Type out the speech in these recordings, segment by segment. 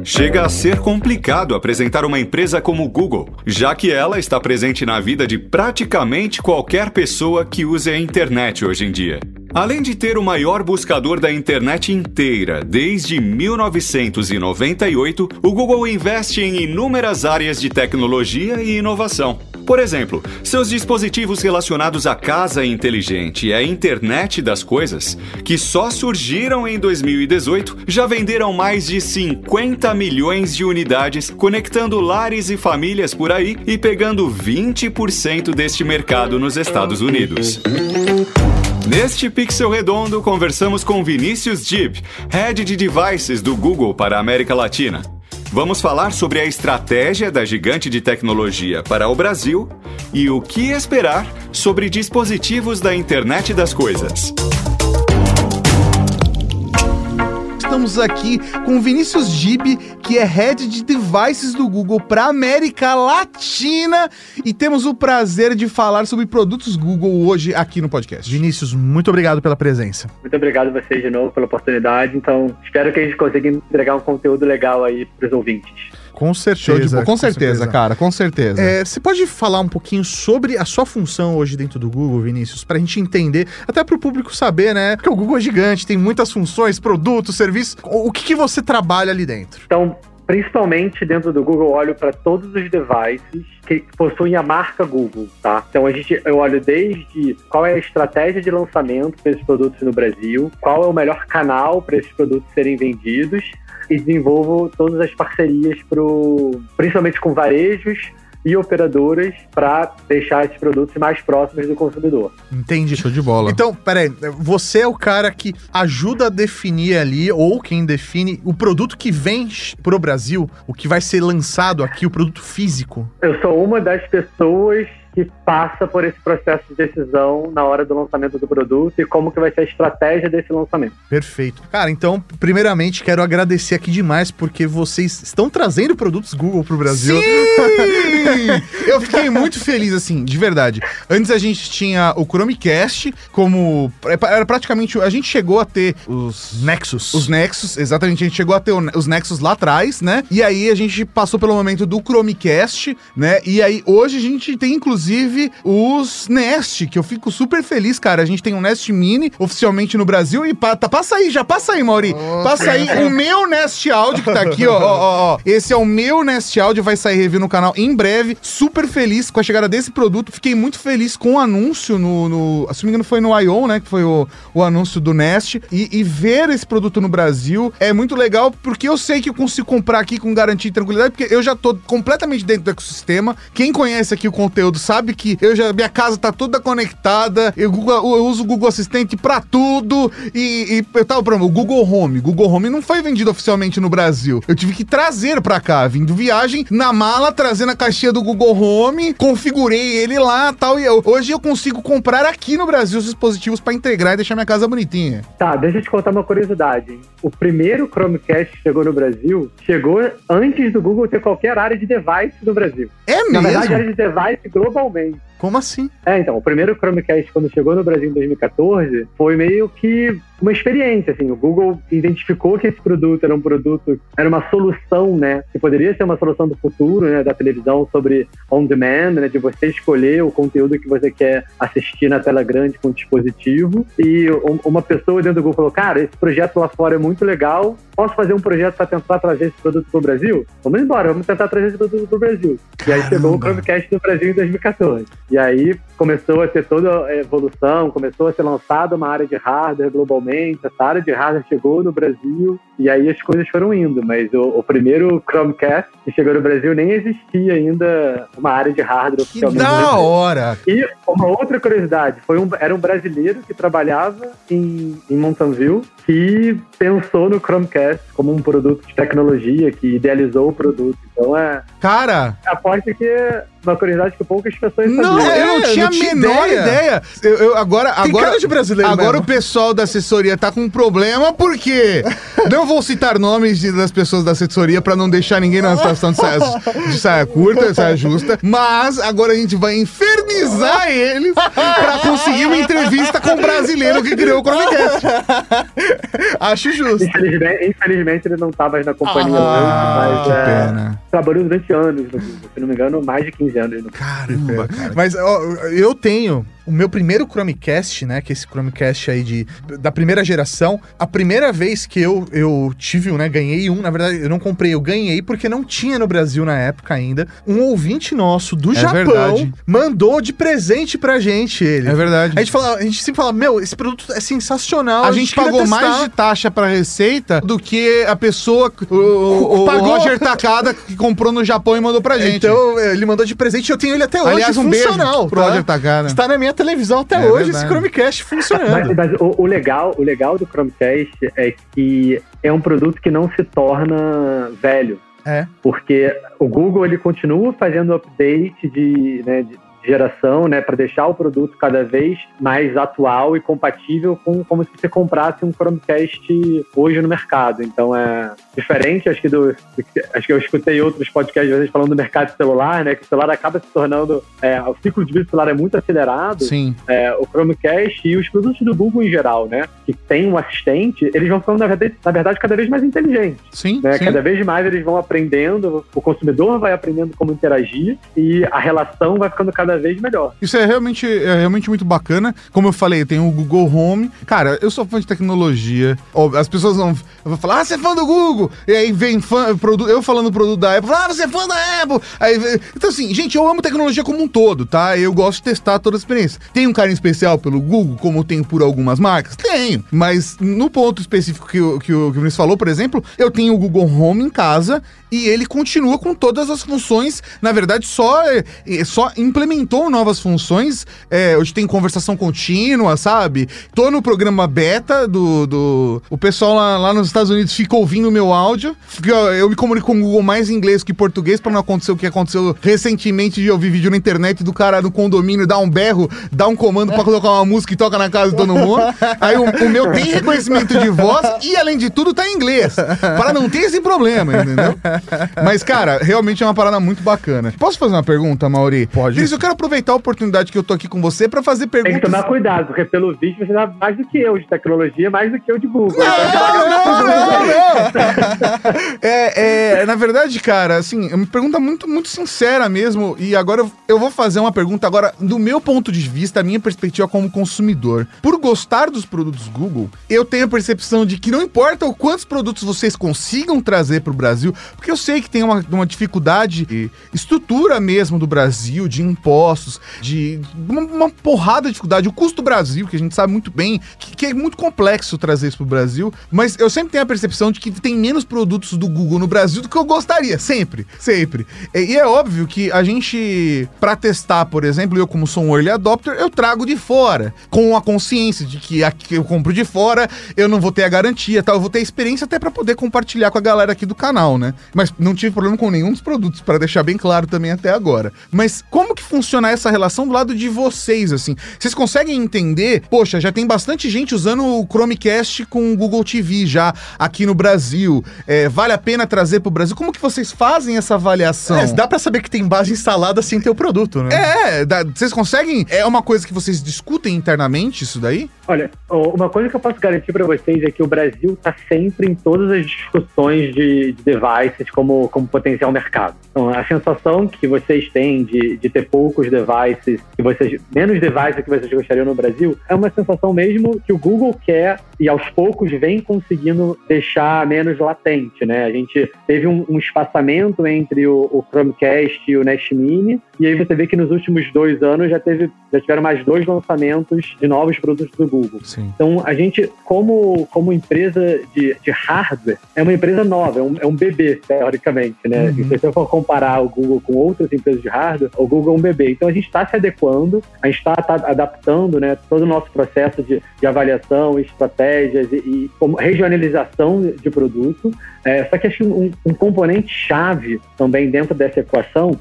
Chega a ser complicado apresentar uma empresa como o Google, já que ela está presente na vida de praticamente qualquer pessoa que use a internet hoje em dia. Além de ter o maior buscador da internet inteira desde 1998, o Google investe em inúmeras áreas de tecnologia e inovação. Por exemplo, seus dispositivos relacionados à casa inteligente e à internet das coisas, que só surgiram em 2018, já venderam mais de 50 milhões de unidades, conectando lares e famílias por aí e pegando 20% deste mercado nos Estados Unidos. Neste Pixel Redondo, conversamos com Vinícius Gib, Head de Devices do Google para a América Latina. Vamos falar sobre a estratégia da gigante de tecnologia para o Brasil e o que esperar sobre dispositivos da internet das coisas. Estamos aqui com o Vinícius Gib, que é Head de Devices do Google para a América Latina, e temos o prazer de falar sobre produtos Google hoje aqui no podcast. Vinícius, muito obrigado pela presença. Muito obrigado a vocês de novo pela oportunidade. Então, espero que a gente consiga entregar um conteúdo legal aí para os ouvintes. Com certeza, com certeza, cara, com certeza. Você pode falar um pouquinho sobre a sua função hoje dentro do Google, Vinícius, pra gente entender, até pro público saber, né? Porque o Google é gigante, tem muitas funções, produtos, serviços. O que você trabalha ali dentro? Então, principalmente dentro do Google, eu olho para todos os devices que possuem a marca Google, tá? Então, eu olho desde qual é a estratégia de lançamento para esses produtos no Brasil, qual é o melhor canal para esses produtos serem vendidos, e desenvolvo todas as parcerias, principalmente com varejos e operadoras, para deixar esses produtos mais próximos do consumidor. Entendi, show de bola. Então, peraí, você é o cara que ajuda a definir ali, ou quem define, o produto que vem pro Brasil, o que vai ser lançado aqui, o produto físico? Eu sou uma das pessoas que passa por esse processo de decisão na hora do lançamento do produto e como que vai ser a estratégia desse lançamento. Perfeito. Cara, então, primeiramente, quero agradecer aqui demais, porque vocês estão trazendo produtos Google pro Brasil. Sim! Eu fiquei muito feliz, assim, de verdade. Antes a gente tinha o Chromecast, como... Era praticamente... A gente chegou a ter os Nexus. Os Nexus, exatamente. A gente chegou a ter os Nexus lá atrás, né? E aí a gente passou pelo momento do Chromecast, né? E aí hoje a gente tem, inclusive, os Nest, que eu fico super feliz, cara. A gente tem um Nest Mini oficialmente no Brasil e passa aí, Mauri. Passa aí o meu Nest Audio, que tá aqui, ó. Esse é o meu Nest Audio, vai sair review no canal em breve. Super feliz com a chegada desse produto. Fiquei muito feliz com o anúncio se não me engano foi no I/O, né, que foi o anúncio do Nest. E ver esse produto no Brasil é muito legal, porque eu sei que eu consigo comprar aqui com garantia e tranquilidade, porque eu já tô completamente dentro do ecossistema. Quem conhece aqui o conteúdo sabe que minha casa tá toda conectada, eu uso o Google Assistente pra tudo, e eu tava falando, o Google Home não foi vendido oficialmente no Brasil, eu tive que trazer pra cá, vindo viagem, na mala, trazendo a caixinha do Google Home, configurei ele lá, tal, e hoje eu consigo comprar aqui no Brasil os dispositivos pra integrar e deixar minha casa bonitinha. Tá, deixa eu te contar uma curiosidade, hein? O primeiro Chromecast que chegou no Brasil, chegou antes do Google ter qualquer área de device no Brasil. É mesmo? Na verdade, área de device globalmente. Como assim? Então, o primeiro Chromecast, quando chegou no Brasil em 2014, foi meio que uma experiência, assim. O Google identificou que esse produto era uma solução, né, que poderia ser uma solução do futuro, né, da televisão sobre on-demand, né, de você escolher o conteúdo que você quer assistir na tela grande com o dispositivo. E uma pessoa dentro do Google falou, cara, esse projeto lá fora é muito legal, posso fazer um projeto para tentar trazer esse produto pro Brasil? Vamos embora, vamos tentar trazer esse produto pro Brasil. E aí chegou o Chromecast no Brasil em 2014. E aí começou a ter toda a evolução, começou a ser lançada uma área de hardware globalmente, essa área de hardware chegou no Brasil, e aí as coisas foram indo, mas o primeiro Chromecast que chegou no Brasil nem existia ainda uma área de hardware oficialmente. Que da hora! E uma outra curiosidade, era um brasileiro que trabalhava em Mountain View, que pensou no Chromecast como um produto de tecnologia, que idealizou o produto. Então Cara! Aposto que uma curiosidade que poucas pessoas sabiam. Não, eu não tinha a menor ideia. Agora cara de brasileiro agora mesmo. O pessoal da assessoria tá com um problema, porque não vou citar nomes das pessoas da assessoria pra não deixar ninguém na situação de saia curta, saia justa, mas agora a gente vai infernizar eles pra conseguir uma entrevista com o brasileiro que criou o Chromecast. Acho justo. Infelizmente ele não tá mais na companhia hoje, mas que pena. Trabalhou durante anos no Google, se não me engano, mais de 15 anos. Caramba, cara. Mas ó, eu tenho o meu primeiro Chromecast, né? Que é esse Chromecast aí da primeira geração. A primeira vez que eu tive um, né? Ganhei um. Na verdade, eu não comprei, eu ganhei porque não tinha no Brasil na época ainda. Um ouvinte nosso do Japão verdade. mandou de presente pra gente ele. É verdade. A gente sempre fala, meu, esse produto é sensacional. A gente pagou mais de taxa pra Receita do que a pessoa, o Roger Takada, que comprou no Japão e mandou pra gente. Então, ele mandou de presente e eu tenho ele até hoje. Aliás, um funcional, beijo pro Roger Takada. Está na minha televisão até hoje, esse Chromecast funcionando. Mas o legal do Chromecast é que é um produto que não se torna velho. Porque o Google ele continua fazendo update de geração, né, para deixar o produto cada vez mais atual e compatível com como se você comprasse um Chromecast hoje no mercado. Então é diferente, acho que eu escutei outros podcasts às vezes falando do mercado celular, né, que o celular acaba se tornando, o ciclo de vida do celular é muito acelerado. Sim. O Chromecast e os produtos do Google em geral, né, que tem um assistente, eles vão ficando na verdade cada vez mais inteligentes. Sim, né? sim. Cada vez mais eles vão aprendendo, o consumidor vai aprendendo como interagir e a relação vai ficando cada vez melhor. Isso é realmente muito bacana. Como eu falei, tem o Google Home. Cara, eu sou fã de tecnologia. As pessoas vão falar, você é fã do Google. E aí vem eu falando do produto da Apple. Você é fã da Apple. Então assim, gente, eu amo tecnologia como um todo, tá? Eu gosto de testar toda a experiência. Tem um carinho especial pelo Google, como eu tenho por algumas marcas? Tenho. Mas no ponto específico que o Vinícius falou, por exemplo, eu tenho o Google Home em casa e ele continua com todas as funções. Na verdade, só implementou novas funções. Hoje tem conversação contínua, sabe? Tô no programa beta o pessoal lá nos Estados Unidos fica ouvindo o meu áudio. Eu me comunico com o Google mais em inglês que em português pra não acontecer o que aconteceu recentemente de eu ouvir vídeo na internet do cara no condomínio dar um berro, dar um comando pra colocar uma música e toca na casa de todo mundo. Aí o meu tem reconhecimento de voz e, além de tudo, tá em inglês. Para não ter esse problema, entendeu? Mas, cara, realmente é uma parada muito bacana. Posso fazer uma pergunta, Mauri? Pode. Eu quero aproveitar a oportunidade que eu tô aqui com você pra fazer perguntas. Tem que tomar cuidado, porque pelo vídeo você sabe mais do que eu de tecnologia, mais do que eu de Google. Na verdade, cara, assim, é uma pergunta muito, muito sincera mesmo. E agora eu vou fazer uma pergunta agora do meu ponto de vista, a minha perspectiva como consumidor. Por gostar dos produtos Google, eu tenho a percepção de que não importa o quantos produtos vocês consigam trazer pro Brasil, porque eu sei que tem uma dificuldade de estrutura mesmo do Brasil, de impostos, de uma porrada de dificuldade. O custo do Brasil, que a gente sabe muito bem, que é muito complexo trazer isso pro Brasil, mas eu sempre tenho a percepção de que tem menos produtos do Google no Brasil do que eu gostaria, sempre. E é óbvio que a gente, pra testar, por exemplo, eu como sou um early adopter, eu trago de fora, com a consciência de que aqui eu compro de fora, eu não vou ter a garantia, eu vou ter a experiência até pra poder compartilhar com a galera aqui do canal, né? Mas não tive problema com nenhum dos produtos, pra deixar bem claro também até agora. Mas como que funciona essa relação do lado de vocês, assim? Vocês conseguem entender? Poxa, já tem bastante gente usando o Chromecast com o Google TV já aqui no Brasil. Vale a pena trazer pro Brasil? Como que vocês fazem essa avaliação? Dá pra saber que tem base instalada sem ter o produto, né? Vocês conseguem? É uma coisa que vocês discutem internamente, isso daí? Olha, uma coisa que eu posso garantir pra vocês é que o Brasil tá sempre em todas as discussões de devices como potencial mercado. Então, a sensação que vocês têm de ter poucos devices, menos devices que vocês gostariam no Brasil, é uma sensação mesmo que o Google quer e aos poucos vem conseguindo deixar menos latente, né? A gente teve um espaçamento entre o Chromecast e o Nest Mini, e aí você vê que nos últimos 2 anos já tiveram mais 2 lançamentos de novos produtos do Google. Sim. Então, a gente, como empresa de hardware, é uma empresa nova, é um bebê, teoricamente, né? Se você for comparar o Google com outras empresas de hardware, o Google é um bebê. Então, a gente está se adequando, a gente está adaptando, né, todo o nosso processo de avaliação, estratégias e como regionalização de produto. Só que acho que um componente chave também dentro dessa equação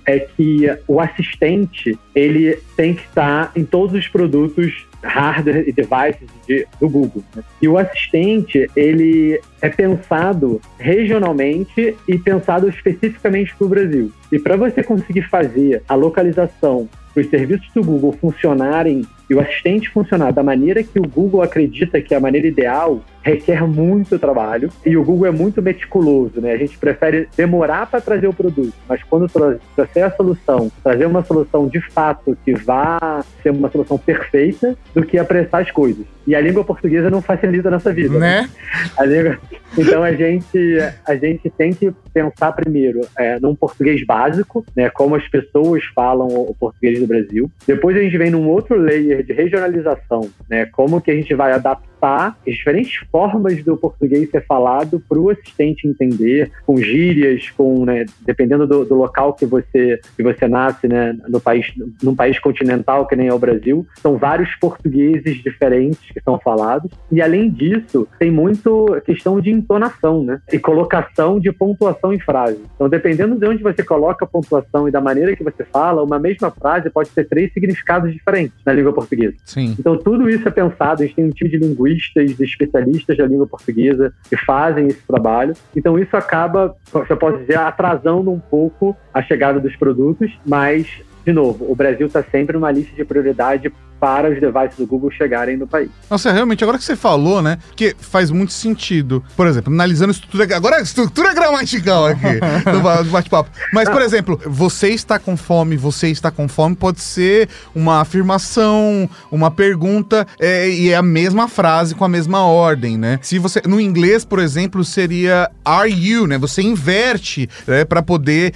é que o assistente, ele tem que estar em todos os produtos hardware e devices do Google, né? E o assistente, ele é pensado regionalmente e pensado especificamente para o Brasil. E para você conseguir fazer a localização para os serviços do Google funcionarem e o assistente funcionar da maneira que o Google acredita que é a maneira ideal, requer muito trabalho. E o Google é muito meticuloso, né? A gente prefere demorar para trazer o produto, mas quando trazer a solução, trazer uma solução de fato que vá ser uma solução perfeita, do que apressar as coisas. E a língua portuguesa não facilita a nossa vida, né? Então a gente tem que pensar primeiro num português básico, né? Como as pessoas falam o português do Brasil. Depois a gente vem num outro layer de regionalização, né? Como que a gente vai adaptar as diferentes formas do português ser falado para o assistente entender, com gírias, né, dependendo do local que você nasce, né, num país continental que nem é o Brasil, são vários portugueses diferentes que são falados. E além disso, tem muito questão de entonação, né, e colocação de pontuação em frase. Então, dependendo de onde você coloca a pontuação e da maneira que você fala, uma mesma frase pode ter 3 significados diferentes na língua portuguesa. Sim. Então, tudo isso é pensado. A gente tem um time de linguistas, especialistas da língua portuguesa que fazem esse trabalho. Então, isso acaba, eu posso dizer, atrasando um pouco a chegada dos produtos, mas, de novo, o Brasil está sempre numa lista de prioridade para os devices do Google chegarem no país. Nossa, realmente, agora que você falou, né, que faz muito sentido. Por exemplo, analisando agora a estrutura gramatical aqui do bate-papo. Mas, por exemplo, você está com fome pode ser uma afirmação, uma pergunta, e é a mesma frase com a mesma ordem, né? Se você, no inglês, por exemplo, seria are you, né? Você inverte, né, para poder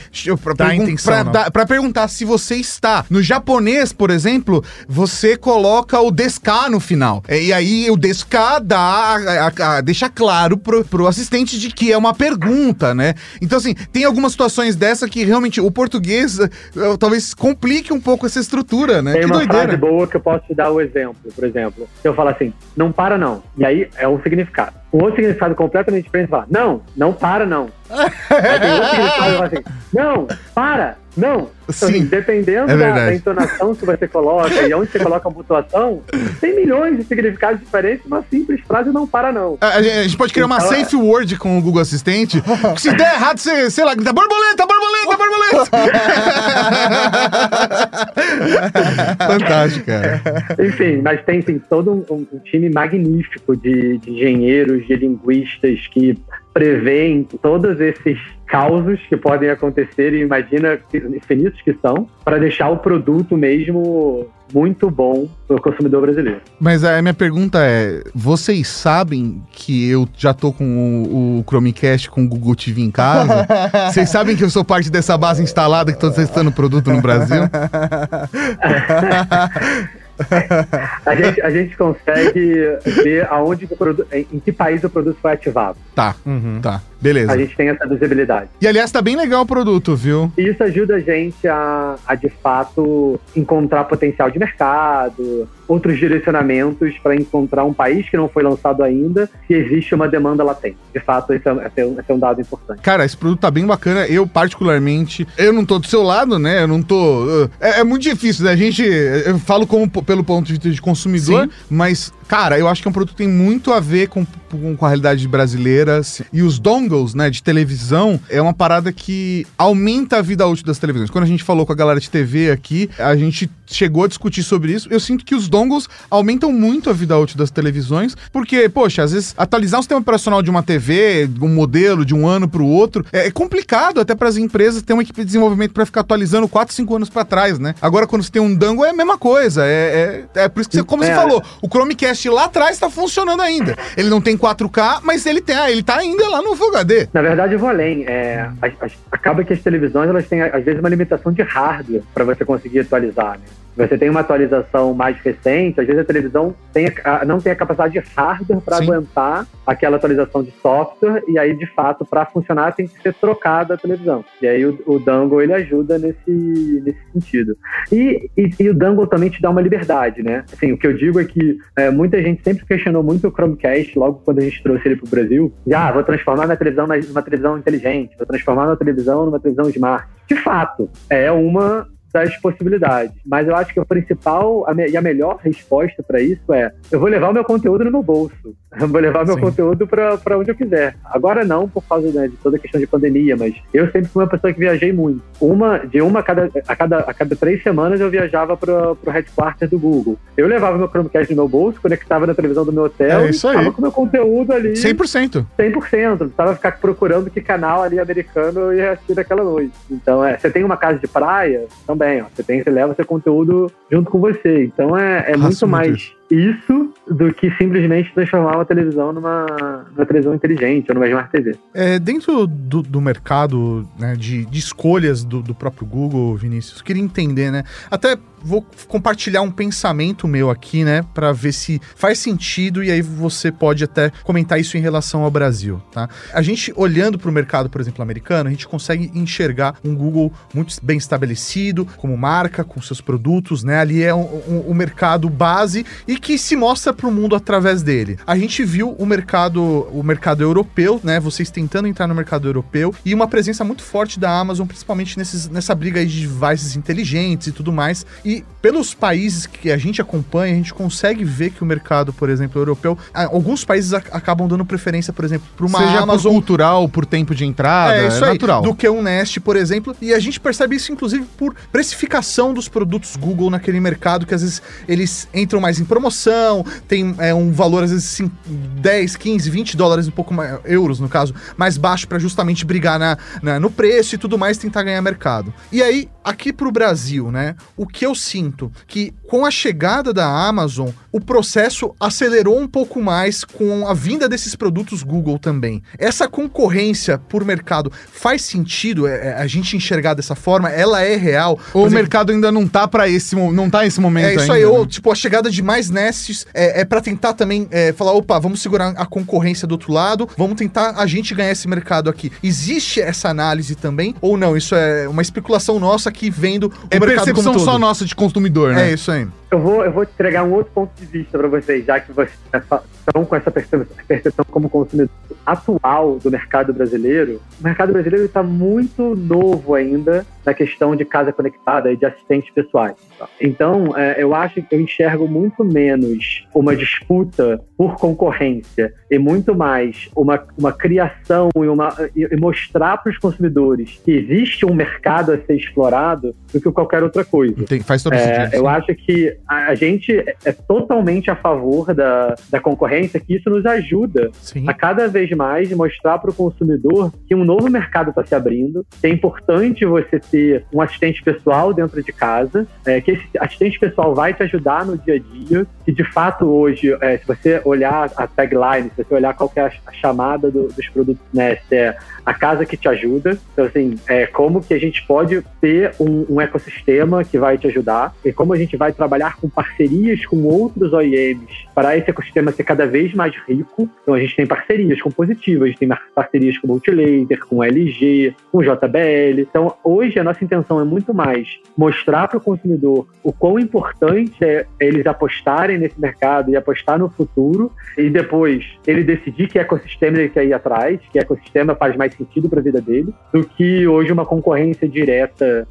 para perguntar se você está. No japonês, por exemplo, você coloca o deska no final. E aí o deska deixa claro pro assistente de que é uma pergunta, né? Então, assim, tem algumas situações dessa que realmente o português talvez complique um pouco essa estrutura, né? Tem que uma doideira. Frase boa que eu posso te dar o exemplo. Por exemplo, se eu falar assim, não para não. E aí é um significado. Um outro significado completamente diferente fala, não para não. Aí tem outro significado que fala assim, não, para, não. Então, Sim, dependendo da entonação que você coloca e onde você coloca a pontuação, tem milhões de significados diferentes, uma simples frase não para não. A gente pode criar uma safe word com o Google Assistente. Se der errado, você, sei lá, grita borboleta! Fantástico, cara. Enfim, mas tem todo um time magnífico de engenheiros, de linguistas que prevêem todos esses causos que podem acontecer e imagina infinitos que são, para deixar o produto mesmo muito bom para o consumidor brasileiro. Mas a minha pergunta é, vocês sabem que eu já tô com o Chromecast com o Google TV em casa? Vocês sabem que eu sou parte dessa base instalada que tô testando o produto no Brasil? A gente consegue ver aonde em que país o produto foi ativado. Tá, tá. Beleza. A gente tem essa visibilidade. E, aliás, tá bem legal o produto, viu? E isso ajuda a gente a de fato, encontrar potencial de mercado, outros direcionamentos para encontrar um país que não foi lançado ainda, se existe uma demanda latente. De fato, esse é um dado importante. Cara, esse produto tá bem bacana. Eu, particularmente, eu não tô do seu lado, né? Eu não tô... É muito difícil, né? Eu falo pelo ponto de vista de consumidor, sim, mas... Cara, eu acho que é um produto que tem muito a ver com a realidade brasileira. E os dongles, né, de televisão, é uma parada que aumenta a vida útil das televisões. Quando a gente falou com a galera de TV aqui, a gente chegou a discutir sobre isso. Eu sinto que os dongles aumentam muito a vida útil das televisões, porque, poxa, às vezes atualizar o sistema operacional de uma TV, de um modelo, de um ano pro outro, é complicado até para as empresas ter uma equipe de desenvolvimento para ficar atualizando 4, 5 anos para trás, né? Agora, quando você tem um dongle, é a mesma coisa. É por isso que, como você falou, o Chromecast lá atrás tá funcionando ainda. Ele não tem 4K, mas ele tá ainda lá no Full HD. Na verdade, eu vou além. Acaba que as televisões, elas têm, às vezes, uma limitação de hardware para você conseguir atualizar, né? você tem uma atualização mais recente, às vezes a televisão não tem a capacidade de hardware para aguentar aquela atualização de software, e aí, de fato, para funcionar tem que ser trocada a televisão. E aí o dongle, ele ajuda nesse sentido. E o dongle também te dá uma liberdade, né? Assim, o que eu digo é que muita gente sempre questionou muito o Chromecast, logo quando a gente trouxe ele pro Brasil. Vou transformar minha televisão numa televisão inteligente, vou transformar minha televisão numa televisão smart. De fato, é uma das possibilidades. Mas eu acho que o principal e a melhor resposta para isso eu vou levar o meu conteúdo no meu bolso. Eu vou levar o meu conteúdo para onde eu quiser. Agora não, por causa de toda a questão de pandemia, mas eu sempre fui uma pessoa que viajei muito. A cada 3 semanas eu viajava pro headquarter do Google. Eu levava meu Chromecast no meu bolso, conectava na televisão do meu hotel e estava com o meu conteúdo ali. 100%. 100%. Não precisava ficar procurando que canal ali americano eu ia assistir naquela noite. Então, você tem uma casa de praia, também, você leva seu conteúdo junto com você. Então, é muito mais isso do que simplesmente transformar uma televisão numa televisão inteligente ou numa Smart TV. Dentro do mercado, né, de escolhas do próprio Google, Vinícius, queria entender, né? Até vou compartilhar um pensamento meu aqui, né, para ver se faz sentido, e aí você pode até comentar isso em relação ao Brasil, tá? A gente, olhando para o mercado, por exemplo, americano, a gente consegue enxergar um Google muito bem estabelecido, como marca, com seus produtos, né? Ali é um mercado base e que se mostra para o mundo através dele. A gente viu o mercado europeu, né? Vocês tentando entrar no mercado europeu e uma presença muito forte da Amazon, principalmente nessa briga aí de devices inteligentes e tudo mais. E pelos países que a gente acompanha, a gente consegue ver que o mercado, por exemplo, europeu, alguns países acabam dando preferência, por exemplo, para uma Seja Amazon por cultural, por tempo de entrada, isso aí, natural. do que um Nest, por exemplo. E a gente percebe isso, inclusive, por precificação dos produtos Google naquele mercado, que às vezes eles entram mais em promoção, tem um valor, às vezes, 10, 15, 20 dólares, um pouco mais, euros, no caso, mais baixo para justamente brigar no preço e tudo mais, tentar ganhar mercado. E aí, aqui pro Brasil, né, o que eu sinto que com a chegada da Amazon, o processo acelerou um pouco mais com a vinda desses produtos Google também. Essa concorrência por mercado faz sentido a gente enxergar dessa forma? Ela é real? Ou o mercado ainda não tá nesse momento ainda. É isso aí, ou tipo, a chegada de mais Nests pra tentar também falar, opa, vamos segurar a concorrência do outro lado, vamos tentar a gente ganhar esse mercado aqui. Existe essa análise também? Ou não? Isso é uma especulação nossa aqui vendo o mercado como todo. É percepção só nossa de consumidor, né? É isso aí. Eu vou te entregar um outro ponto de vista para vocês, já que vocês estão com essa percepção como consumidor atual do mercado brasileiro. O mercado brasileiro está muito novo ainda na questão de casa conectada e de assistentes pessoais. Então, eu acho que eu enxergo muito menos uma disputa por concorrência e muito mais uma criação e mostrar para os consumidores que existe um mercado a ser explorado do que qualquer outra coisa. Faz todo sentido. Eu acho que a gente é totalmente a favor da concorrência, que isso nos ajuda a cada vez mais mostrar para o consumidor que um novo mercado está se abrindo, que é importante você ter um assistente pessoal dentro de casa, que esse assistente pessoal vai te ajudar no dia a dia, que de fato hoje, se você olhar a tagline, se você olhar qual que é a chamada dos produtos Nest, a casa que te ajuda. Então, assim, como que a gente pode ter um ecossistema que vai te ajudar e como a gente vai trabalhar com parcerias com outros OEMs para esse ecossistema ser cada vez mais rico. Então, a gente tem parcerias com Positivo, a gente tem parcerias com Multilaser, com LG, com JBL. Então, hoje a nossa intenção é muito mais mostrar para o consumidor o quão importante é eles apostarem nesse mercado e apostar no futuro, e depois ele decidir que ecossistema ele quer ir atrás, que ecossistema faz mais sentido para a vida dele, do que hoje uma concorrência direta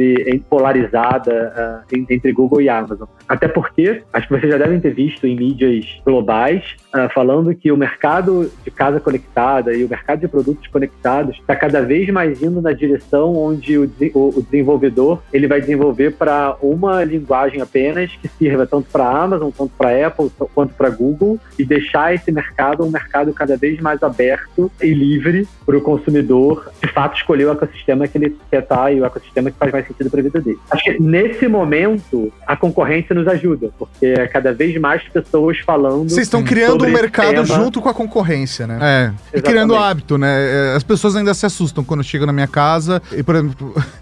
polarizada entre Google e Amazon. Até porque, acho que vocês já devem ter visto em mídias globais, falando que o mercado de casa conectada e o mercado de produtos conectados está cada vez mais indo na direção onde o desenvolvedor ele vai desenvolver para uma linguagem apenas que sirva tanto para a Amazon, tanto para a Apple, quanto para a Google, e deixar esse mercado um mercado cada vez mais aberto e livre para o consumidor de fato escolher o ecossistema que ele quer estar e o ecossistema que faz mais sentido para a vida dele. Acho que nesse momento a concorrência nos ajuda, porque é cada vez mais pessoas falando. Vocês estão criando um mercado junto com a concorrência, né? E criando hábito, né? As pessoas ainda se assustam quando chegam na minha casa e, por exemplo,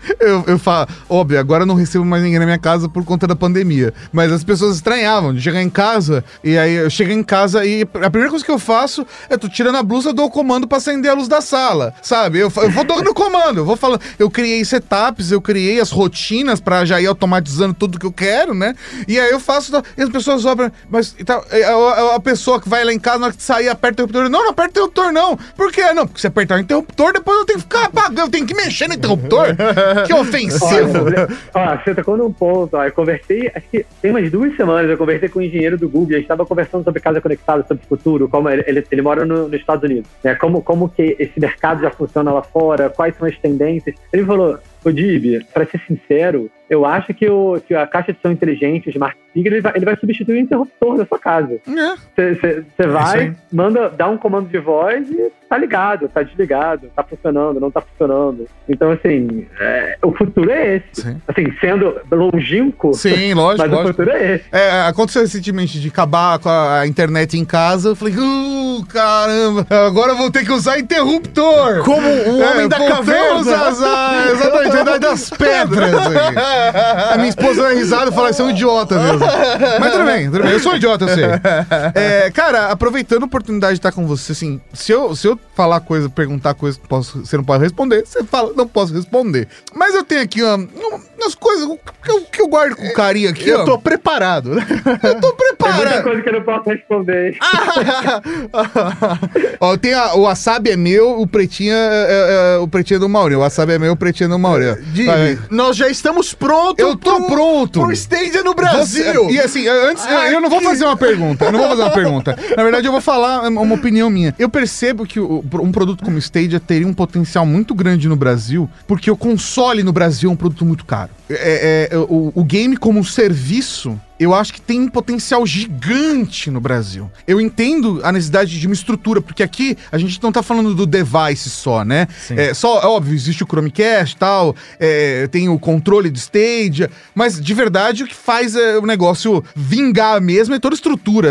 Eu falo, óbvio, agora eu não recebo mais ninguém na minha casa por conta da pandemia. Mas as pessoas estranhavam de chegar em casa, e aí eu chego em casa e a primeira coisa que eu faço é tô tirando a blusa, dou o comando pra acender a luz da sala, sabe? Eu vou dando comando, eu vou falando, eu criei setups, eu criei as rotinas pra já ir automatizando tudo que eu quero, né? E aí eu faço, e as pessoas obram, mas então, a pessoa que vai lá em casa, na hora que sair, aperta o interruptor. Não aperta o interruptor, não. Por quê? Não, porque se apertar o interruptor, depois eu tenho que ficar apagando, eu tenho que mexer no interruptor. Que ofensivo. Olha, você tocou num ponto, ó, eu conversei, acho que tem umas 2 semanas, eu conversei com um engenheiro do Google, a gente estava conversando sobre casa conectada, sobre o futuro, como ele mora nos Estados Unidos, né? Como que esse mercado já funciona lá fora, quais são as tendências. Ele falou, ô Dib, pra ser sincero, eu acho que a caixa de som inteligente, o Smart Speaker, ele vai substituir o interruptor da sua casa. Você vai, dá um comando de voz e tá ligado, tá desligado, tá funcionando, não tá funcionando. Então, assim, o futuro é esse. Sim. Assim, sendo longínquo, sim, lógico, mas lógico. O futuro é esse. Aconteceu recentemente de acabar com a internet em casa, eu falei, caramba, agora eu vou ter que usar interruptor. Como um homem da caverna. Exatamente, a idade das pedras. A minha esposa dá risada e fala, você é um idiota mesmo. Mas tudo bem, eu sou um idiota, eu sei. Cara, aproveitando a oportunidade de estar com você, assim, se eu falar coisa, perguntar coisa que você não pode responder, você fala, não posso responder. Mas eu tenho aqui umas coisas que eu guardo com carinho aqui. Eu tô preparado. Eu tô preparado. Tem muita coisa que eu não posso responder. Ó, tem o wasabi é meu, o pretinho é do Maurinho. O wasabi é meu, o pretinho é do Maurinho. Nós já estamos prontos. Eu tô pronto. Por Stadia no Brasil. E assim, antes, eu não vou fazer uma pergunta. Na verdade, eu vou falar uma opinião minha. Eu percebo que um produto como Stadia teria um potencial muito grande no Brasil, porque o console no Brasil é um produto muito caro. O game como um serviço, eu acho que tem um potencial gigante no Brasil. Eu entendo a necessidade de uma estrutura, porque aqui a gente não tá falando do device só, né? Óbvio, existe o Chromecast e tal, tem o controle do Stadia, mas de verdade o que faz o negócio vingar mesmo é toda a estrutura.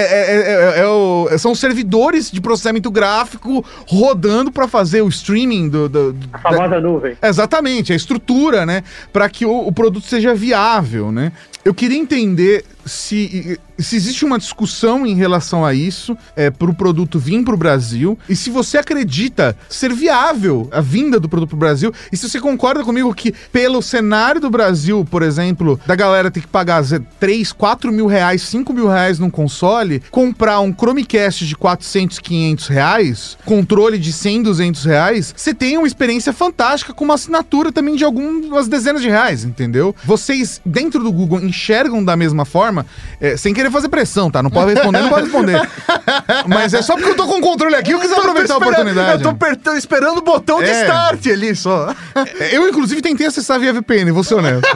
São servidores de processamento gráfico rodando para fazer o streaming a famosa nuvem. Exatamente, a estrutura, né? Para que o produto seja viável, né? Eu queria entender se existe uma discussão em relação a isso, para o produto vir para o Brasil, e se você acredita ser viável a vinda do produto para o Brasil, e se você concorda comigo que pelo cenário do Brasil, por exemplo, da galera ter que pagar 3, 4 mil reais, 5 mil reais num console, comprar um Chromecast de 400, 500 reais, controle de 100, 200 reais, você tem uma experiência fantástica com uma assinatura também de algumas dezenas de reais, entendeu? Vocês, dentro do Google, enxergam da mesma forma, sem querer fazer pressão, tá? Não pode responder, Mas é só porque eu tô com o controle aqui, eu quis aproveitar a oportunidade. Eu tô esperando o botão de start ali só. Eu, inclusive, tentei acessar via VPN, vou ser honesto.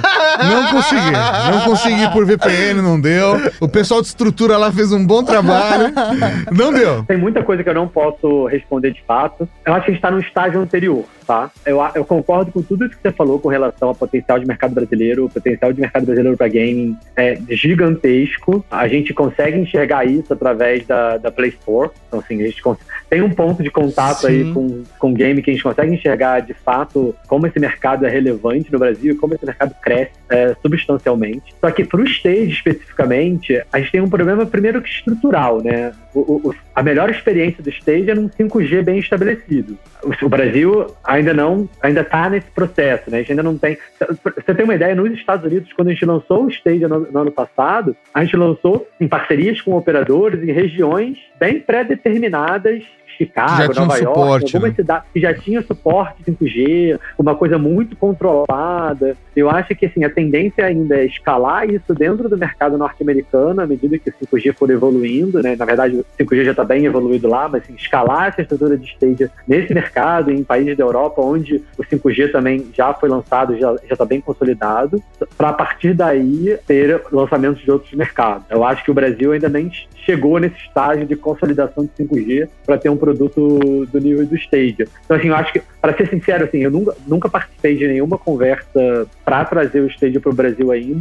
Não consegui por VPN, não deu. O pessoal de estrutura lá fez um bom trabalho. Não deu. Tem muita coisa que eu não posso responder de fato. Eu acho que a gente tá num estágio anterior, tá? Eu concordo com tudo que você falou com relação ao potencial de mercado brasileiro. O potencial de mercado brasileiro para gaming é gigantesco. A gente consegue enxergar isso através da Play Store. Então, assim, a gente tem um ponto de contato aí com game que a gente consegue enxergar de fato como esse mercado é relevante no Brasil e como esse mercado cresce substancialmente. Só que para o Stage especificamente, a gente tem um problema primeiro que estrutural, né? A melhor experiência do Stage é num 5G bem estabelecido. O Brasil ainda está nesse processo, né? A gente ainda não tem... Você tem uma ideia, nos Estados Unidos, quando a gente lançou o Stage no ano passado, a gente lançou em parcerias com operadores em regiões bem pré-determinadas, Chicago, Nova York, algumas cidades que já tinha suporte 5G, uma coisa muito controlada. Eu acho que assim, a tendência ainda é escalar isso dentro do mercado norte-americano à medida que o 5G for evoluindo, né? Na verdade, o 5G já está bem evoluído lá, mas assim, escalar essa estrutura de Stadia nesse mercado, em países da Europa, onde o 5G também já foi lançado, já está bem consolidado, para a partir daí ter lançamentos de outros mercados. Eu acho que o Brasil ainda nem chegou nesse estágio de consolidação de 5G para ter um produto do nível do Stadia. Então, assim, eu acho que, para ser sincero, assim, eu nunca participei de nenhuma conversa para trazer o Stadia para o Brasil ainda,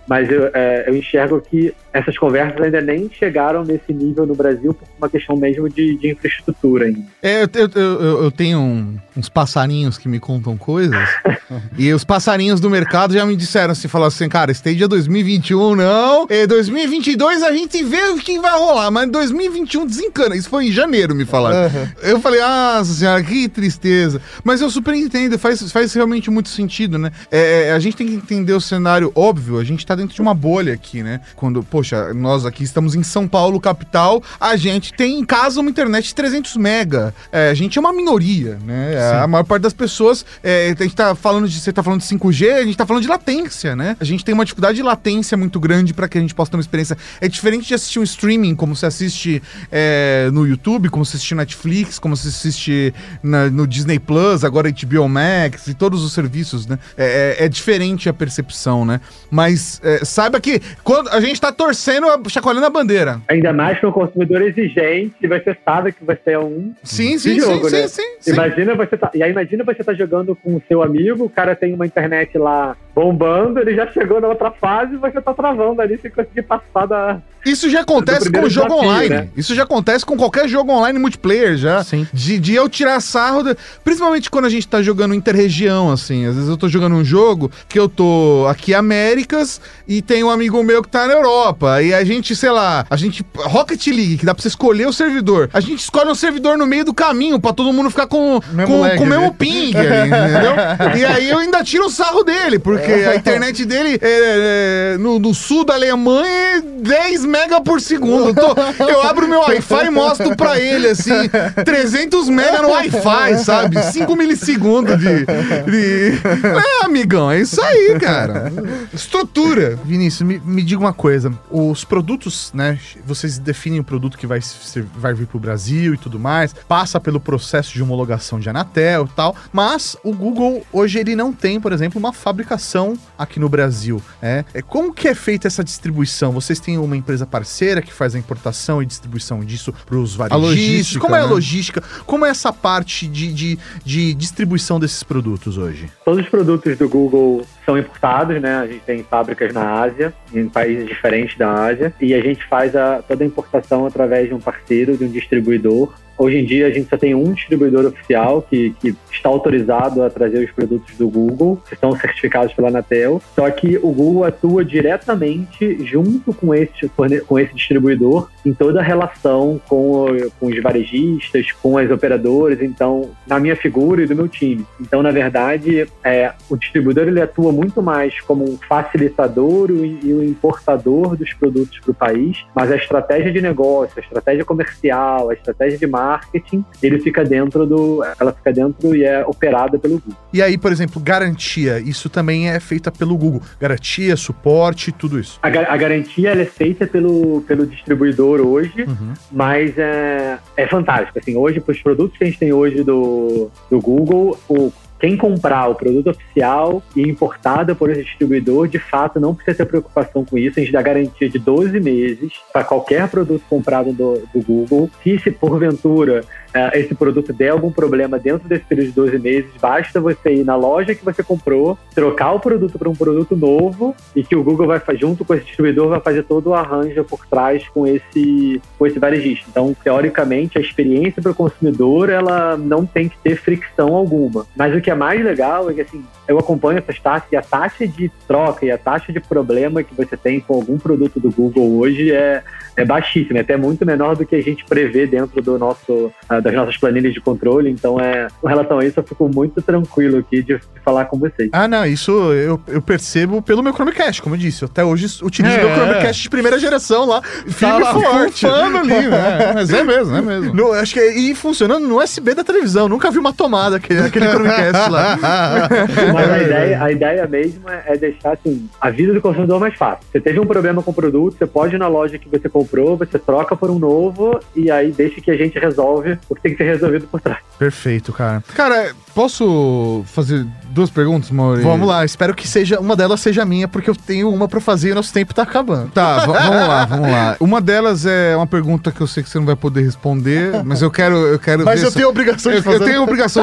mas eu enxergo que essas conversas ainda nem chegaram nesse nível no Brasil por uma questão mesmo de infraestrutura ainda. Eu tenho uns passarinhos que me contam coisas e os passarinhos do mercado já me disseram assim, falaram assim, cara, Stadia 2021 não, 2022 a gente vê o que vai rolar, mas 2021 desencana. Isso foi em janeiro, me falaram. Eu falei, nossa senhora, que tristeza. Mas eu super entendo, faz realmente muito sentido, né? A gente tem que entender o cenário óbvio, a gente tá dentro de uma bolha aqui, né? Quando, poxa, nós aqui estamos em São Paulo, capital, a gente tem em casa uma internet de 300 mega. A gente é uma minoria, né? A maior parte das pessoas, a gente tá falando você tá falando de 5G, a gente tá falando de latência, né? A gente tem uma dificuldade de latência muito grande para que a gente possa ter uma experiência. É diferente de assistir um streaming, como você assiste no YouTube, como você assiste na Netflix, como você assiste no Disney Plus, agora HBO Max e todos os serviços, né? É diferente a percepção, né? Mas saiba que quando a gente tá torcendo, chacoalhando a bandeira. Ainda mais para um consumidor exigente, você sabe que você é um sim. Imagina você tá jogando com o seu amigo, o cara tem uma internet lá bombando, ele já chegou na outra fase e você tá travando ali sem conseguir passar da... Isso já acontece com o jogo online, né? Isso já acontece com qualquer jogo online multiplayer já. Sim. De eu tirar sarro, principalmente quando a gente tá jogando interregião, assim. Às vezes eu tô jogando um jogo que eu tô aqui Américas e tem um amigo meu que tá na Europa. E a gente, sei lá, Rocket League, que dá pra você escolher o servidor. A gente escolhe um servidor no meio do caminho pra todo mundo ficar com o mesmo ping ali, entendeu? E aí eu ainda tiro o sarro dele, porque a internet dele no sul da Alemanha é 10 mega por segundo. Eu abro meu Wi-Fi e mostro pra ele, assim, 300 mega no Wi-Fi, sabe? 5 milissegundos amigão, é isso aí, cara. Estrutura. Vinícius, me diga uma coisa. Os produtos, né? Vocês definem o produto que vai vir pro Brasil e tudo mais, passa pelo processo de homologação de Anatel e tal, mas o Google, hoje, ele não tem, por exemplo, uma fabricação aqui no Brasil. Como que é feita essa distribuição? Vocês têm uma empresa parceira que faz a importação e distribuição disso para os varejistas? Como é a logística? Como é essa parte de distribuição desses produtos hoje? Todos os produtos do Google são importados, né? A gente tem fábricas na Ásia, em países diferentes da Ásia, e a gente faz toda a importação através de um parceiro, de um distribuidor. Hoje em dia, a gente só tem um distribuidor oficial que está autorizado a trazer os produtos do Google, que estão certificados pela Anatel. Só que o Google atua diretamente junto com esse distribuidor em toda a relação com os varejistas, com as operadoras, então, na minha figura e do meu time. Então, na verdade, o distribuidor ele atua muito mais como um facilitador e um importador dos produtos para o país, mas a estratégia de negócio, a estratégia comercial, a estratégia de marketing, ela fica dentro e é operada pelo Google. E aí, por exemplo, garantia, isso também é feita pelo Google? Garantia, suporte, tudo isso? A garantia ela é feita pelo distribuidor hoje, mas é fantástico. Assim, hoje, para os produtos que a gente tem hoje do Google, quem comprar o produto oficial e importado por esse distribuidor, de fato, não precisa ter preocupação com isso. A gente dá garantia de 12 meses para qualquer produto comprado do Google. Se porventura esse produto der algum problema dentro desse período de 12 meses, basta você ir na loja que você comprou, trocar o produto para um produto novo e que o Google vai, junto com esse distribuidor, vai fazer todo o arranjo por trás com esse varejista. Então, teoricamente, a experiência para o consumidor, ela não tem que ter fricção alguma. Mas o que é mais legal é que, assim, eu acompanho essas taxas e a taxa de troca e a taxa de problema que você tem com algum produto do Google hoje é baixíssima, é até muito menor do que a gente prevê dentro das nossas planilhas de controle. Então, com relação a isso, eu fico muito tranquilo aqui de falar com vocês. Não, isso eu percebo pelo meu Chromecast, como eu disse. Eu até hoje utilizo meu Chromecast de primeira geração lá, firme e forte. Ali, né? Mas é mesmo. Acho que e funcionando no USB da televisão. Nunca vi uma tomada, aquele Chromecast lá. Mas a ideia mesmo é deixar, assim, a vida do consumidor mais fácil. Você teve um problema com o produto, você pode ir na loja que você comprou, você troca por um novo e aí deixa que a gente resolve o que tem que ser resolvido por trás. Perfeito, cara. Cara, posso fazer 2 perguntas, Mauri? Vamos lá, espero que uma delas seja minha, porque eu tenho uma pra fazer e o nosso tempo tá acabando. Tá, vamos lá. Uma delas é uma pergunta que eu sei que você não vai poder responder, mas eu quero mas eu tenho a obrigação de fazer. Eu tenho a obrigação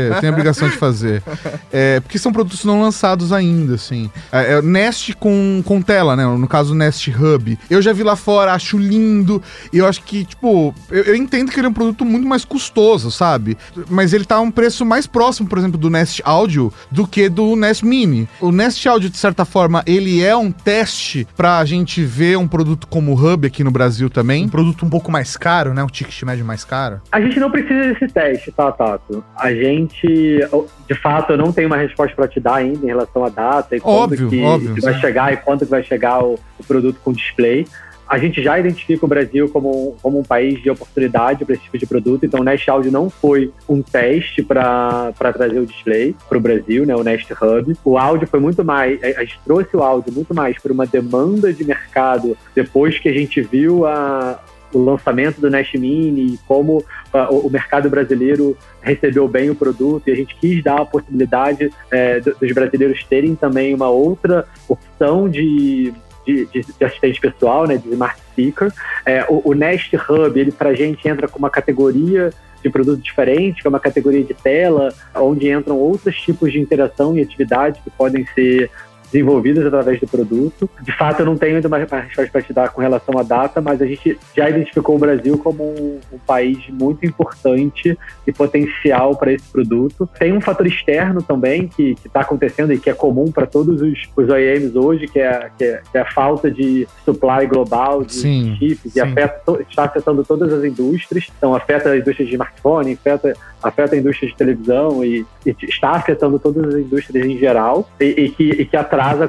de fazer. Porque são produtos não lançados ainda, assim. Nest com tela, né? No caso, Nest Hub. Eu já vi lá fora, acho lindo, e eu acho que, tipo, eu entendo que ele é um produto muito mais custoso, sabe? Mas ele tá a um preço mais próximo, por exemplo, do Nest Audio do que do Nest Mini. O Nest Audio, de certa forma, ele é um teste pra gente ver um produto como o Hub aqui no Brasil também. Um produto um pouco mais caro, né? Um ticket médio mais caro. A gente não precisa desse teste, tá, Tato? A gente, de fato, eu não tenho uma resposta pra te dar ainda em relação à data e quando que vai chegar e quanto que vai chegar o produto com display. A gente já identifica o Brasil como um país de oportunidade para esse tipo de produto, então o Nest Audio não foi um teste para trazer o display para o Brasil, né, o Nest Hub. O áudio foi muito mais, a gente trouxe o áudio muito mais por uma demanda de mercado depois que a gente viu o lançamento do Nest Mini e como o mercado brasileiro recebeu bem o produto, e a gente quis dar a possibilidade dos brasileiros terem também uma outra opção de assistente pessoal, né, de smart speaker. O Nest Hub, ele pra gente entra com uma categoria de produto diferente, que é uma categoria de tela, onde entram outros tipos de interação e atividades que podem ser desenvolvidas através do produto. De fato, eu não tenho ainda uma resposta para te dar com relação à data, mas a gente já identificou o Brasil como um país muito importante e potencial para esse produto. Tem um fator externo também que está acontecendo e que é comum para todos os OEMs hoje, que é a falta de supply global de chips, e está afetando todas as indústrias. Então, afeta a indústria de smartphone, afeta a indústria de televisão e está afetando todas as indústrias em geral, e que atrasa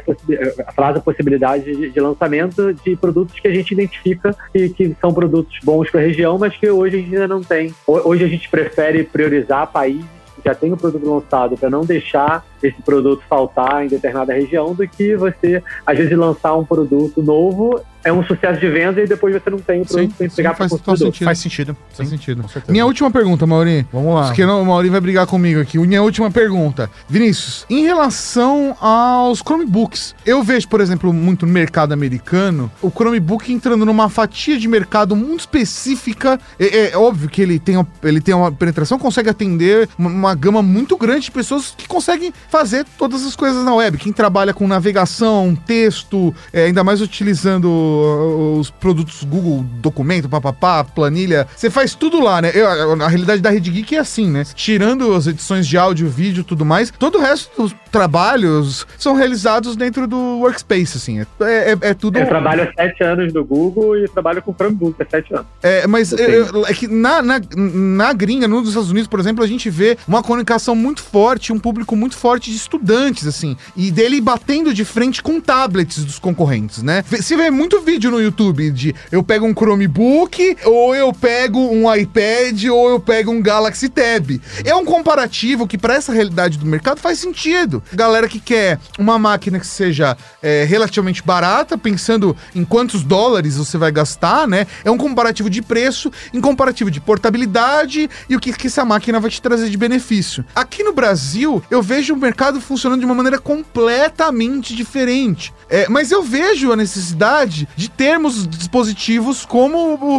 a possibilidade de lançamento de produtos que a gente identifica que são produtos bons para a região, mas que hoje a gente ainda não tem. Hoje a gente prefere priorizar países que já tem o produto lançado para não deixar esse produto faltar em determinada região, do que você, às vezes, lançar um produto novo, é um sucesso de venda e depois você não tem o produto para entregar para o consumidor. Faz sentido. Minha última pergunta, Mauri. Vamos lá. Porque o Mauri vai brigar comigo aqui. Minha última pergunta. Vinícius, em relação aos Chromebooks, eu vejo, por exemplo, muito no mercado americano, o Chromebook entrando numa fatia de mercado muito específica. É óbvio que ele tem uma penetração, consegue atender uma gama muito grande de pessoas que conseguem fazer todas as coisas na web. Quem trabalha com navegação, texto, ainda mais utilizando os produtos Google, documento, planilha, você faz tudo lá, né? A realidade da Rede Geek é assim, né? Tirando as edições de áudio, vídeo e tudo mais, todo o resto dos trabalhos são realizados dentro do Workspace, assim. É tudo... Eu trabalho há 7 anos no Google e trabalho com Chromebook há 7 anos. Mas é que na gringa, nos Estados Unidos, por exemplo, a gente vê uma comunicação muito forte, um público muito forte de estudantes, assim, e dele batendo de frente com tablets dos concorrentes, né? Você vê muito vídeo no YouTube de eu pego um Chromebook, ou eu pego um iPad, ou eu pego um Galaxy Tab. É um comparativo que para essa realidade do mercado faz sentido. Galera que quer uma máquina que seja relativamente barata, pensando em quantos dólares você vai gastar, né? É um comparativo de preço, em comparativo de portabilidade e o que essa máquina vai te trazer de benefício. Aqui no Brasil, eu vejo o mercado funcionando de uma maneira completamente diferente. Mas eu vejo a necessidade de termos dispositivos como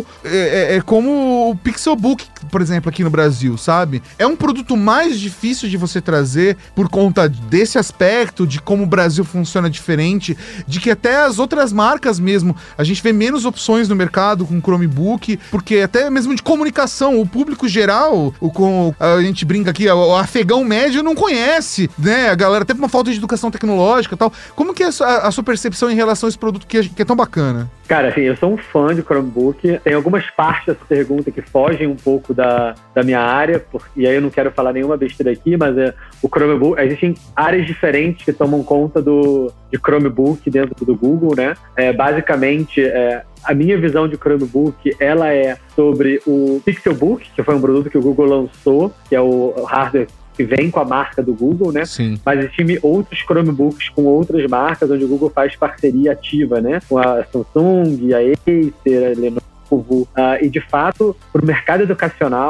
o Pixelbook, por exemplo, aqui no Brasil, sabe? É um produto mais difícil de você trazer por conta desse aspecto, de como o Brasil funciona diferente, de que até as outras marcas mesmo, a gente vê menos opções no mercado com Chromebook, porque até mesmo de comunicação, o público geral, a gente brinca aqui, o afegão médio não conhece, né? A galera até por uma falta de educação tecnológica e tal. Como que é a sua percepção em relação a esse produto que é tão bacana? Cara, assim, eu sou um fã de Chromebook. Tem algumas partes dessa pergunta que fogem um pouco da minha área, e aí eu não quero falar nenhuma besteira aqui, mas o Chromebook, existem áreas diferentes que tomam conta de Chromebook dentro do Google, né? Basicamente, a minha visão de Chromebook, ela é sobre o Pixelbook, que foi um produto que o Google lançou, que é o hardware que vem com a marca do Google, né? Sim. Mas existem outros Chromebooks com outras marcas, onde o Google faz parceria ativa, né? Com a Samsung, a Acer, a Lenovo. E, de fato, para o mercado educacional,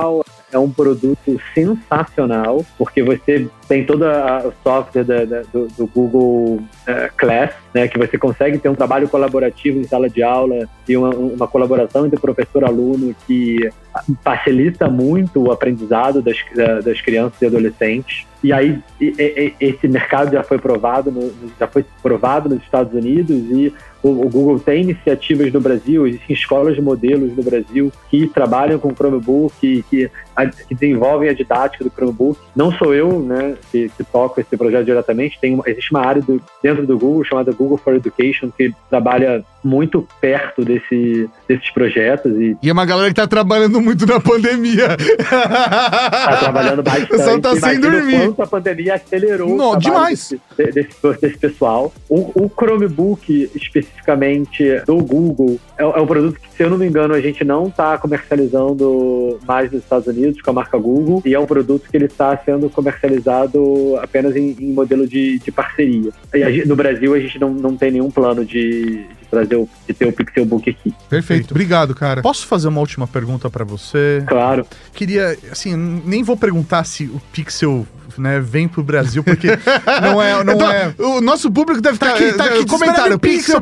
é um produto sensacional, porque você tem todo o software do Google Class, né, que você consegue ter um trabalho colaborativo em sala de aula e uma colaboração entre professor e aluno que facilita muito o aprendizado das crianças e adolescentes. E aí esse mercado já foi provado nos Estados Unidos, e o Google tem iniciativas no Brasil, existem escolas de modelos no Brasil que trabalham com Chromebook, que desenvolvem a didática do Chromebook. Não sou eu, né, que toco esse projeto diretamente, existe uma área dentro do Google chamada Google for Education que trabalha muito perto desses projetos. E é uma galera que tá trabalhando muito na pandemia. Tá trabalhando bastante. O pessoal tá sem dormir. Quanto a pandemia acelerou o demais desse pessoal. O Chromebook, especificamente do Google, é um produto que, se eu não me engano, a gente não tá comercializando mais nos Estados Unidos com a marca Google, e é um produto que ele está sendo comercializado apenas em modelo de parceria. E no Brasil, a gente não tem nenhum plano de ter o Pixelbook aqui. Perfeito. Obrigado, cara. Posso fazer uma última pergunta pra você? Claro. Queria, assim, nem vou perguntar se o Pixel, né, vem pro Brasil, porque não é... O nosso público deve estar aqui comentário. Pixel.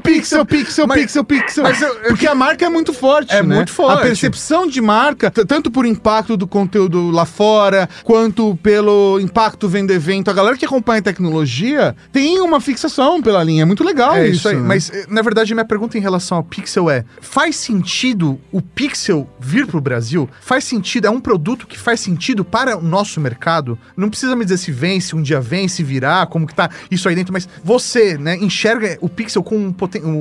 Porque a marca é muito forte, né? Muito forte. A percepção de marca, tanto por impacto do conteúdo lá fora, quanto pelo impacto vendo evento. A galera que acompanha a tecnologia tem uma fixação pela linha. É muito legal isso aí. Né? Mas, na verdade, minha pergunta em relação ao Pixel faz sentido o Pixel vir pro Brasil? Faz sentido? É um produto que faz sentido para o nosso mercado? Não precisa me dizer se vem, se um dia vem, se virá, como que tá isso aí dentro, mas você, né, enxerga o Pixel como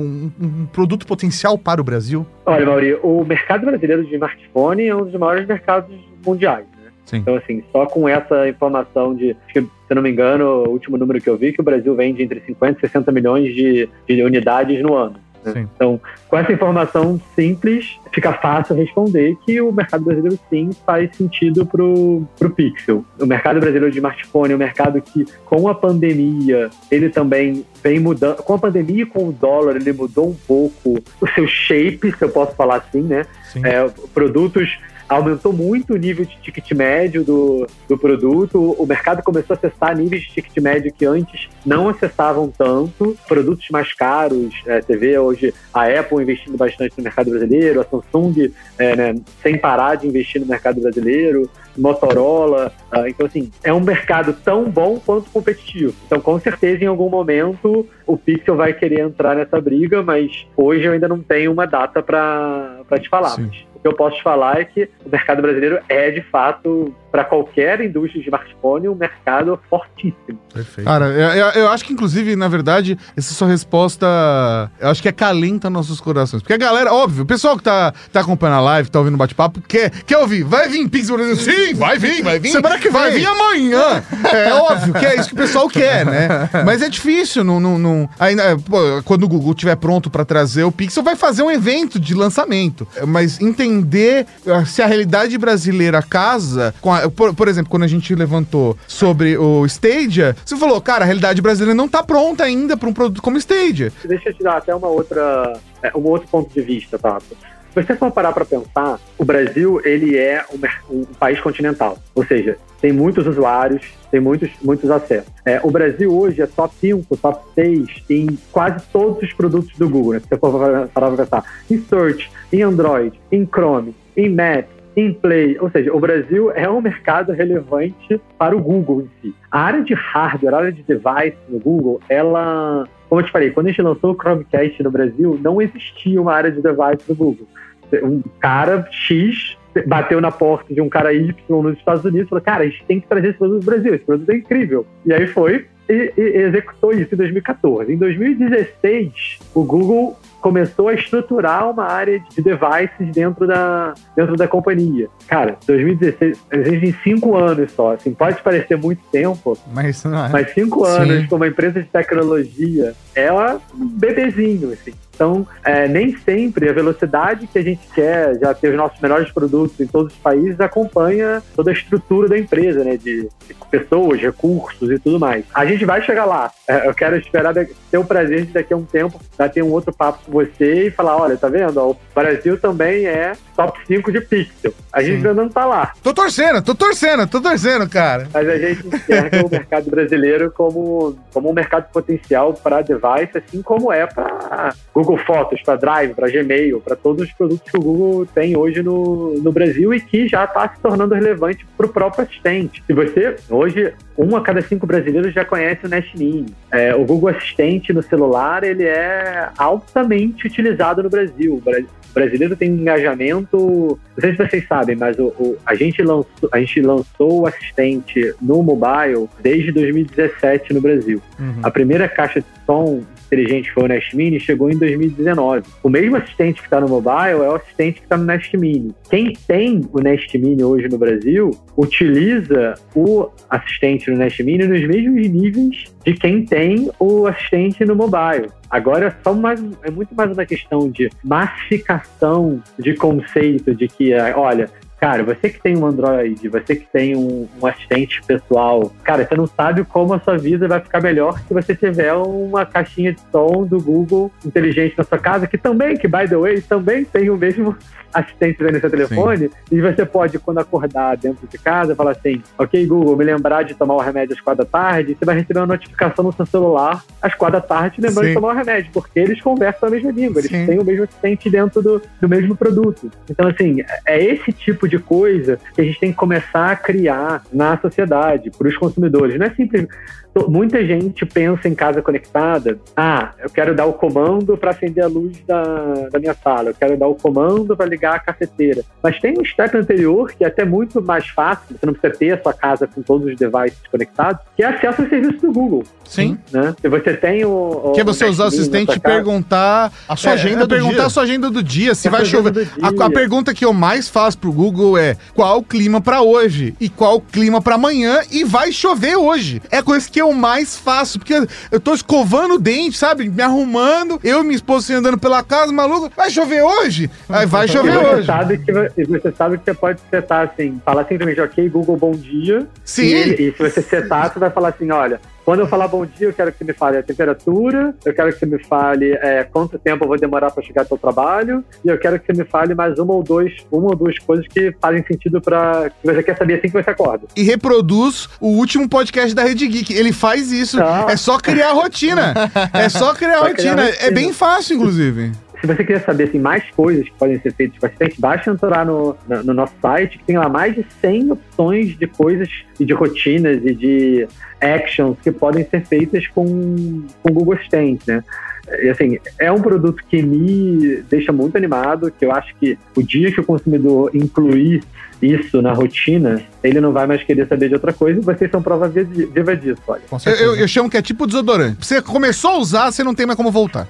um produto potencial para o Brasil? Olha, Mauri, o mercado brasileiro de smartphone é um dos maiores mercados mundiais, né? Sim. Então, assim, só com essa informação acho que, se eu não me engano, o último número que eu vi, que o Brasil vende entre 50 e 60 milhões de unidades no ano. Né? Então, com essa informação simples, fica fácil responder que o mercado brasileiro, sim, faz sentido pro Pixel. O mercado brasileiro de smartphone é um mercado que, com a pandemia, ele também vem mudando. Com a pandemia e com o dólar, ele mudou um pouco o seu shape, se eu posso falar assim, né? Produtos... Aumentou muito o nível de ticket médio do produto. O mercado começou a acessar níveis de ticket médio que antes não acessavam tanto. Produtos mais caros, você vê hoje a Apple investindo bastante no mercado brasileiro, a Samsung sem parar de investir no mercado brasileiro, Motorola. Então, assim, é um mercado tão bom quanto competitivo. Então, com certeza, em algum momento, o Pixel vai querer entrar nessa briga, mas hoje eu ainda não tenho uma data para te falar. Mas o que eu posso te falar é que o mercado brasileiro é, de fato, para qualquer indústria de smartphone, um mercado fortíssimo. Perfeito. Cara, eu acho que, inclusive, na verdade, essa sua resposta, eu acho que acalenta nossos corações. Porque a galera, óbvio, o pessoal que tá acompanhando a live, tá ouvindo o bate-papo, quer ouvir, vai vir Pixel Brasil? Sim, vai vir. Semana que vai vir amanhã. É óbvio que é isso que o pessoal quer, né? Mas é difícil, ainda, quando o Google estiver pronto para trazer o Pixel, vai fazer um evento de lançamento. Mas entender se a realidade brasileira casa, por exemplo, quando a gente levantou sobre o Stadia, você falou, cara, a realidade brasileira não tá pronta ainda para um produto como Stadia. Deixa eu te dar até um outro ponto de vista, tá? Se você for parar para pensar, o Brasil, ele é um país continental. Ou seja, tem muitos usuários, tem muitos acessos. O Brasil hoje é top 5, top 6 em quase todos os produtos do Google, né? Se você for parar para pensar. Em Search, em Android, em Chrome, em Maps, em Play. Ou seja, o Brasil é um mercado relevante para o Google em si. A área de hardware, a área de device no Google, ela... Como eu te falei, quando a gente lançou o Chromecast no Brasil, não existia uma área de device no Google. Um cara X bateu na porta de um cara Y nos Estados Unidos e falou, cara, a gente tem que trazer esse produto do Brasil, esse produto é incrível. E aí foi e executou isso em 2014. Em 2016, o Google começou a estruturar uma área de devices dentro da companhia. Cara, 2016, em 5 anos só, assim, pode parecer muito tempo, mas não é. Mas 5 anos com uma empresa de tecnologia é um bebezinho, assim. Então, nem sempre a velocidade que a gente quer já ter os nossos melhores produtos em todos os países acompanha toda a estrutura da empresa, né? De pessoas, recursos e tudo mais. A gente vai chegar lá. Eu quero esperar ter o prazer de daqui a um tempo ter um outro papo com você e falar, olha, tá vendo? O Brasil também é top 5 de pixel. A gente ainda não tá lá. Tô torcendo, cara. Mas a gente enxerga o mercado brasileiro como um mercado potencial para device, assim como é para Google Fotos, para Drive, para Gmail, para todos os produtos que o Google tem hoje no Brasil e que já está se tornando relevante para o próprio assistente. Se você, hoje, 1 a cada 5 brasileiros já conhece o Nest Mini. O Google Assistente no celular, ele é altamente utilizado no Brasil. O brasileiro tem um engajamento, não sei se vocês sabem, mas a gente lançou o assistente no mobile desde 2017 no Brasil. A primeira caixa de som inteligente foi o Nest Mini, chegou em 2019. O mesmo assistente que está no mobile é o assistente que está no Nest Mini. Quem tem o Nest Mini hoje no Brasil utiliza o assistente no Nest Mini nos mesmos níveis de quem tem o assistente no mobile. Agora é muito mais uma questão de massificação de conceito de que, olha, cara, você que tem um Android, você que tem um assistente pessoal, cara, você não sabe como a sua vida vai ficar melhor se você tiver uma caixinha de som do Google inteligente na sua casa, que, by the way, também tem o mesmo assistente no seu telefone. Sim. E você pode, quando acordar dentro de casa, falar assim, ok, Google, me lembrar de tomar o remédio às 4 da tarde, você vai receber uma notificação no seu celular às 4 da tarde, lembrando de tomar o remédio, porque eles conversam a mesma língua, eles têm o mesmo assistente dentro do mesmo produto. Então, assim, é esse tipo de coisa que a gente tem que começar a criar na sociedade, para os consumidores. Não é simples. Muita gente pensa em casa conectada, eu quero dar o comando para acender a luz da minha sala, eu quero dar o comando para ligar a cafeteira. Mas tem um step anterior que é até muito mais fácil, você não precisa ter a sua casa com todos os devices conectados, que é acesso ao serviço do Google. Sim. Né? Se você tem que é você usar o assistente e perguntar a sua agenda do dia. A sua agenda do dia, se vai chover. A pergunta que eu mais faço pro Google é qual o clima para hoje e qual o clima para amanhã e vai chover hoje. É a coisa que eu mais faço, porque eu tô escovando o dente, sabe? Me arrumando, eu e minha esposa assim, andando pela casa, maluco, vai chover hoje? Aí vai chover hoje. Você sabe que você pode setar assim, falar simplesmente, ok, Google, bom dia. Sim. E se você setar, você vai falar assim, olha, quando eu falar bom dia, eu quero que você me fale a temperatura, eu quero que você me fale quanto tempo eu vou demorar para chegar ao seu trabalho, e eu quero que você me fale mais uma ou duas coisas que fazem sentido para que você quer saber assim que você acorda. E reproduz o último podcast da Rede Geek. Ele faz isso. É só criar a rotina. É bem fácil, inclusive. Se você quiser saber assim, mais coisas que podem ser feitas com assistente, basta entrar no nosso site, que tem lá mais de 100 opções de coisas e de rotinas e de actions que podem ser feitas com o Google Assistant, né? E assim, é um produto que me deixa muito animado, que eu acho que o dia que o consumidor incluir isso na rotina, ele não vai mais querer saber de outra coisa, e vocês são prova viva disso, olha. Eu chamo que é tipo desodorante. Você começou a usar, você não tem mais como voltar.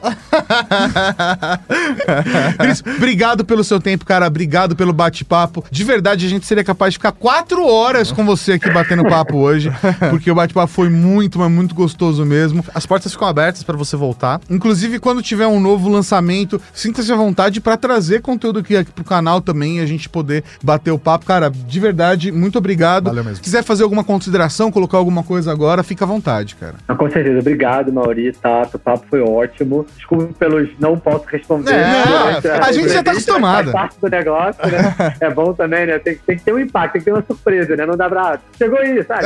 Cris, obrigado pelo seu tempo, cara. Obrigado pelo bate-papo. De verdade, a gente seria capaz de ficar 4 horas com você aqui batendo papo hoje, porque o bate-papo foi muito, mas muito gostoso mesmo. As portas ficam abertas pra você voltar. Inclusive, quando tiver um novo lançamento, sinta-se à vontade pra trazer conteúdo aqui pro canal também e a gente poder bater o papo. Cara, de verdade, muito obrigado. Valeu mesmo. Se quiser fazer alguma consideração, colocar alguma coisa agora, fica à vontade, cara. Com certeza. Obrigado, Mauri, Tato. O papo foi ótimo. Desculpe pelos não posso responder. A gente já tá acostumado. Faz parte do negócio, né? É bom também, né? Tem que ter um impacto, tem que ter uma surpresa, né? Não dá pra... Chegou aí, sabe?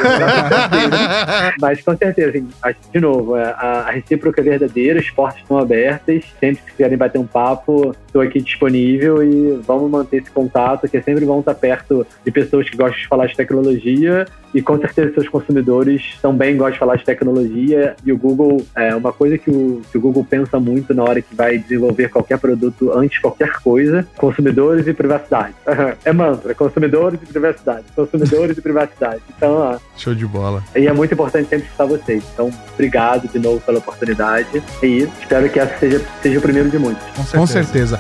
Mas com certeza, assim, de novo, a recíproca é verdadeira, as portas estão abertas. Sempre que quiserem bater um papo, estou aqui disponível e vamos manter esse contato, que é sempre bom estar perto de pessoas que gostam de falar de tecnologia, e com certeza seus consumidores também gostam de falar de tecnologia, e o Google, uma coisa que o Google pensa muito na hora que vai desenvolver qualquer produto, antes de qualquer coisa, consumidores e privacidade. É mantra, consumidores e privacidade, consumidores e privacidade. Então, show de bola. E é muito importante sempre escutar vocês. Então, obrigado de novo pela oportunidade, e espero que essa seja o primeiro de muitos. Com certeza.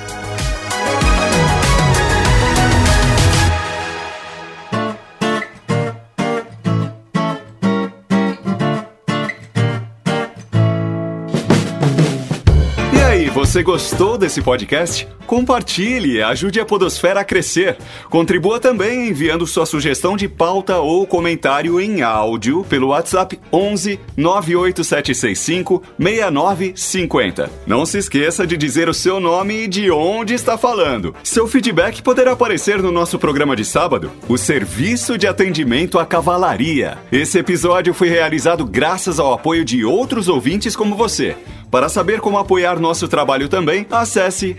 você gostou desse podcast, compartilhe e ajude a Podosfera a crescer. Contribua também enviando sua sugestão de pauta ou comentário em áudio pelo WhatsApp 11 98765 6950. Não se esqueça de dizer o seu nome e de onde está falando. Seu feedback poderá aparecer no nosso programa de sábado, o Serviço de Atendimento à Cavalaria. Esse episódio foi realizado graças ao apoio de outros ouvintes como você. Para saber como apoiar nosso trabalho também, acesse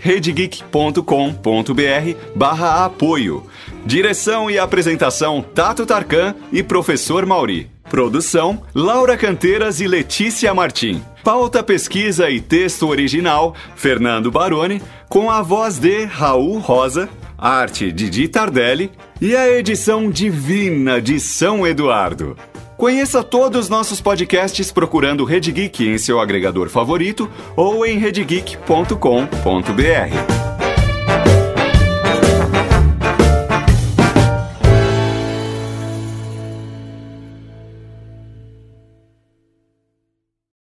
redegeek.com.br/apoio. Direção e apresentação Tato Tarkan e Professor Mauri. Produção Laura Canteiras e Letícia Martim. Pauta, pesquisa e texto original Fernando Baroni, com a voz de Raul Rosa, arte de Didi Tardelli e a edição divina de São Eduardo. Conheça todos os nossos podcasts procurando Rede Geek em seu agregador favorito ou em redegeek.com.br.